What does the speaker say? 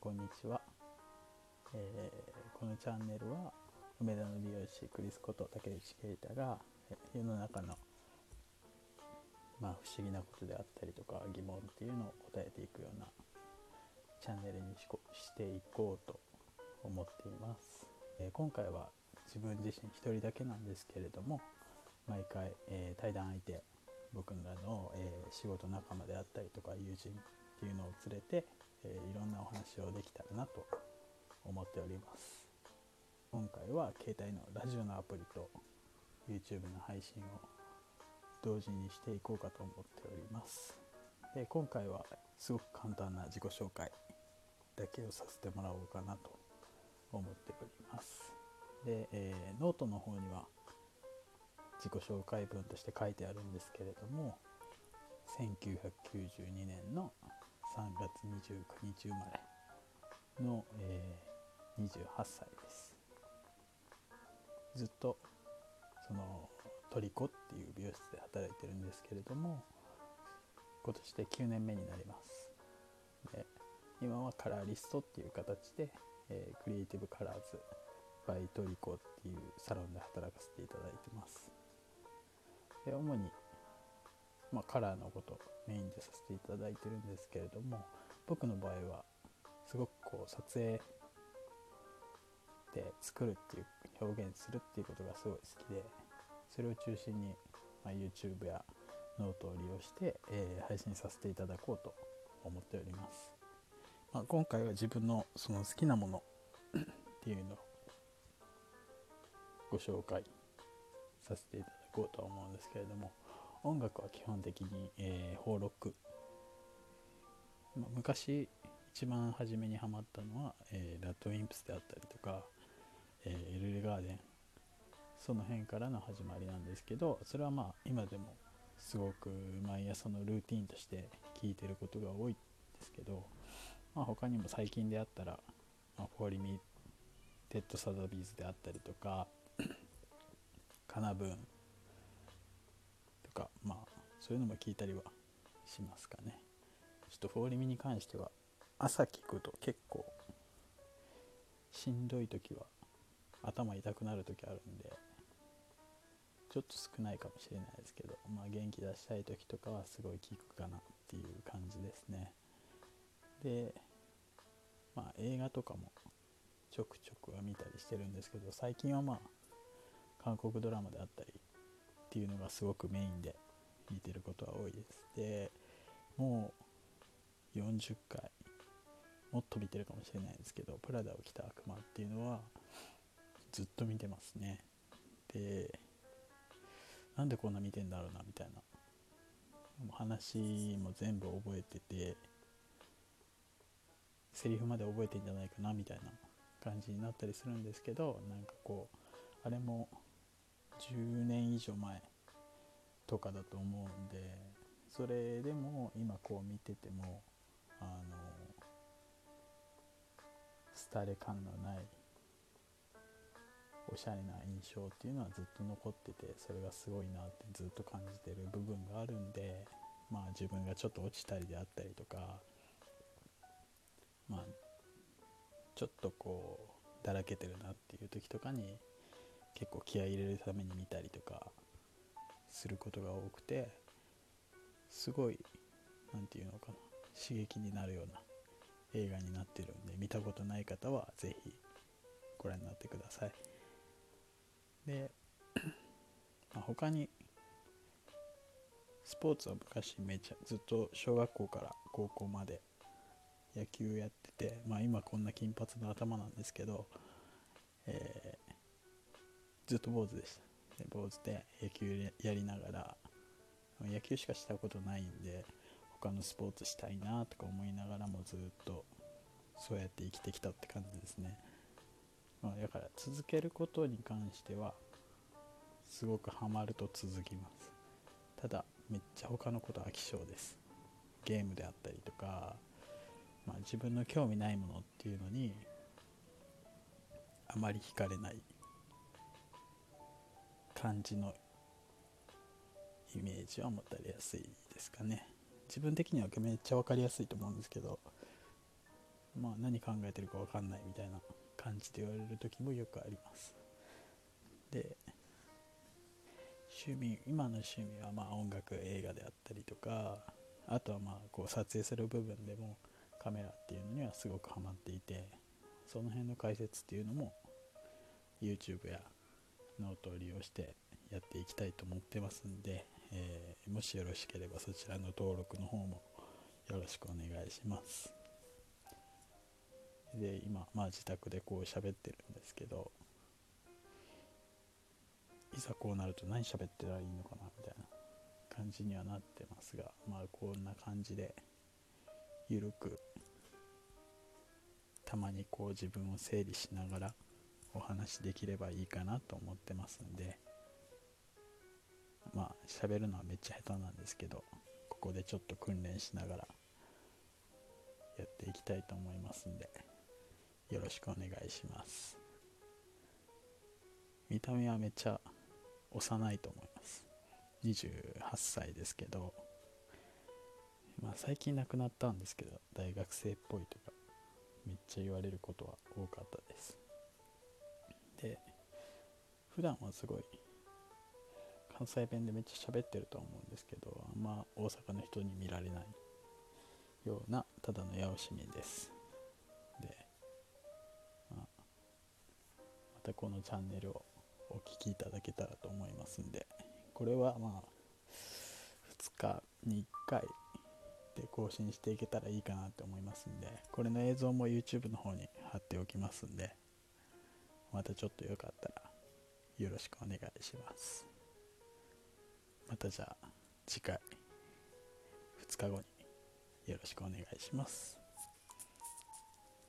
こんにちは。このチャンネルは梅田の美容師クリスこと竹内啓太が世の中の、不思議なことであったりとか疑問っていうのを答えていくようなチャンネルにしていこうと思っています。今回は自分自身一人だけなんですけれども、毎回、対談相手、僕らの、仕事仲間であったりとか友人っていうのを連れて、いろんなお話をできたらなと思っております。今回は携帯のラジオのアプリと YouTube の配信を同時にしていこうかと思っております。で、今回はすごく簡単な自己紹介だけをさせてもらおうかなと思っております。で、ノートの方には自己紹介文として書いてあるんですけれども、1992年の3月29日生まれの、28歳です。ずっとそのトリコっていう美容室で働いてるんですけれども、今年で9年目になります。で、今はカラーリストっていう形で、クリエイティブカラーズバイトリコっていうサロンで働かせていただいてます。で、主にカラーのことをメインでさせていただいてるんですけれども、僕の場合はすごく撮影で作るっていう表現するっていうことがすごい好きで、それを中心に、YouTube やノートを利用して、配信させていただこうと思っております。今回は自分のその好きなものっていうのをご紹介させていただこうとは思うんですけれども、音楽は基本的に、邦ロック、昔一番初めにハマったのは、ラッドウィンプスであったりとか、エルレガーデン、その辺からの始まりなんですけど、それは今でもすごく毎朝のルーティーンとして聴いてることが多いんですけど、他にも最近であったら、フォーリミテッドサザビーズであったりとかカナブーンとか、そういうのも聞いたりはしますかね。ちょっとフォーリミに関しては朝聞くと結構しんどい時は頭痛くなる時あるんで、ちょっと少ないかもしれないですけど、元気出したい時とかはすごい聞くかなっていう感じですね。で、映画とかもちょくちょくは見たりしてるんですけど、最近は韓国ドラマであったりっていうのがすごくメインで見てることは多いです。で、もう40回もっと見てるかもしれないですけど、プラダを着た悪魔っていうのはずっと見てますね。で、なんでこんな見てんだろうなみたいな、話も全部覚えてて、セリフまで覚えてんじゃないかなみたいな感じになったりするんですけど、あれも10年以上前とかだと思うんで、それでも今見てても廃れ感のないおしゃれな印象っていうのはずっと残ってて、それがすごいなってずっと感じてる部分があるんで、自分がちょっと落ちたりであったりとか、ちょっとだらけてるなっていう時とかに結構気合い入れるために見たりとかすることが多くて、すごい刺激になるような映画になってるんで、見たことない方はぜひご覧になってください。で、他にスポーツは昔ずっと小学校から高校まで野球やってて、今こんな金髪の頭なんですけど、ずっと坊主でした。で、坊主で野球やりながら、野球しかしたことないんで他のスポーツしたいなとか思いながらも、ずっとそうやって生きてきたって感じですね。だから続けることに関してはすごくハマると続きます。ただめっちゃ他のこと飽き性です。ゲームであったりとか、自分の興味ないものっていうのにあまり惹かれない感じのイメージは持たれやすいですかね。自分的にはめっちゃ分かりやすいと思うんですけど、 まあ何考えてるか分かんないみたいな感じで言われる時もよくあります。で、今の趣味はまあ音楽、映画であったりとか、あとはまあこう撮影する部分でもカメラっていうのにはすごくハマっていて、その辺の解説っていうのも YouTube やノートを利用してやっていきたいと思ってますんで、もしよろしければそちらの登録の方もよろしくお願いします。で、今、まあ、自宅でこう喋ってるんですけど、いざこうなると何喋ってたらいいのかなみたいな感じにはなってますが、まあこんな感じでゆるくたまにこう自分を整理しながらお話できればいいかなと思ってますんで、まあ喋るのはめっちゃ下手なんですけど、ここでちょっと訓練しながらやっていきたいと思いますんで、よろしくお願いします。見た目はめっちゃ幼いと思います。28歳ですけど、まあ最近亡くなったんですけど、大学生っぽいとかめっちゃ言われることは多かったです。で、普段はすごい関西弁でめっちゃ喋ってると思うんですけど、あんま大阪の人に見られないようなただの八尾市民です。で、またこのチャンネルをお聞きいただけたらと思いますんで、これはまあ2日に1回で更新していけたらいいかなと思いますんで、これの映像も YouTube の方に貼っておきますんで、またちょっとよかったらよろしくお願いします。またじゃあ次回2日後によろしくお願いします。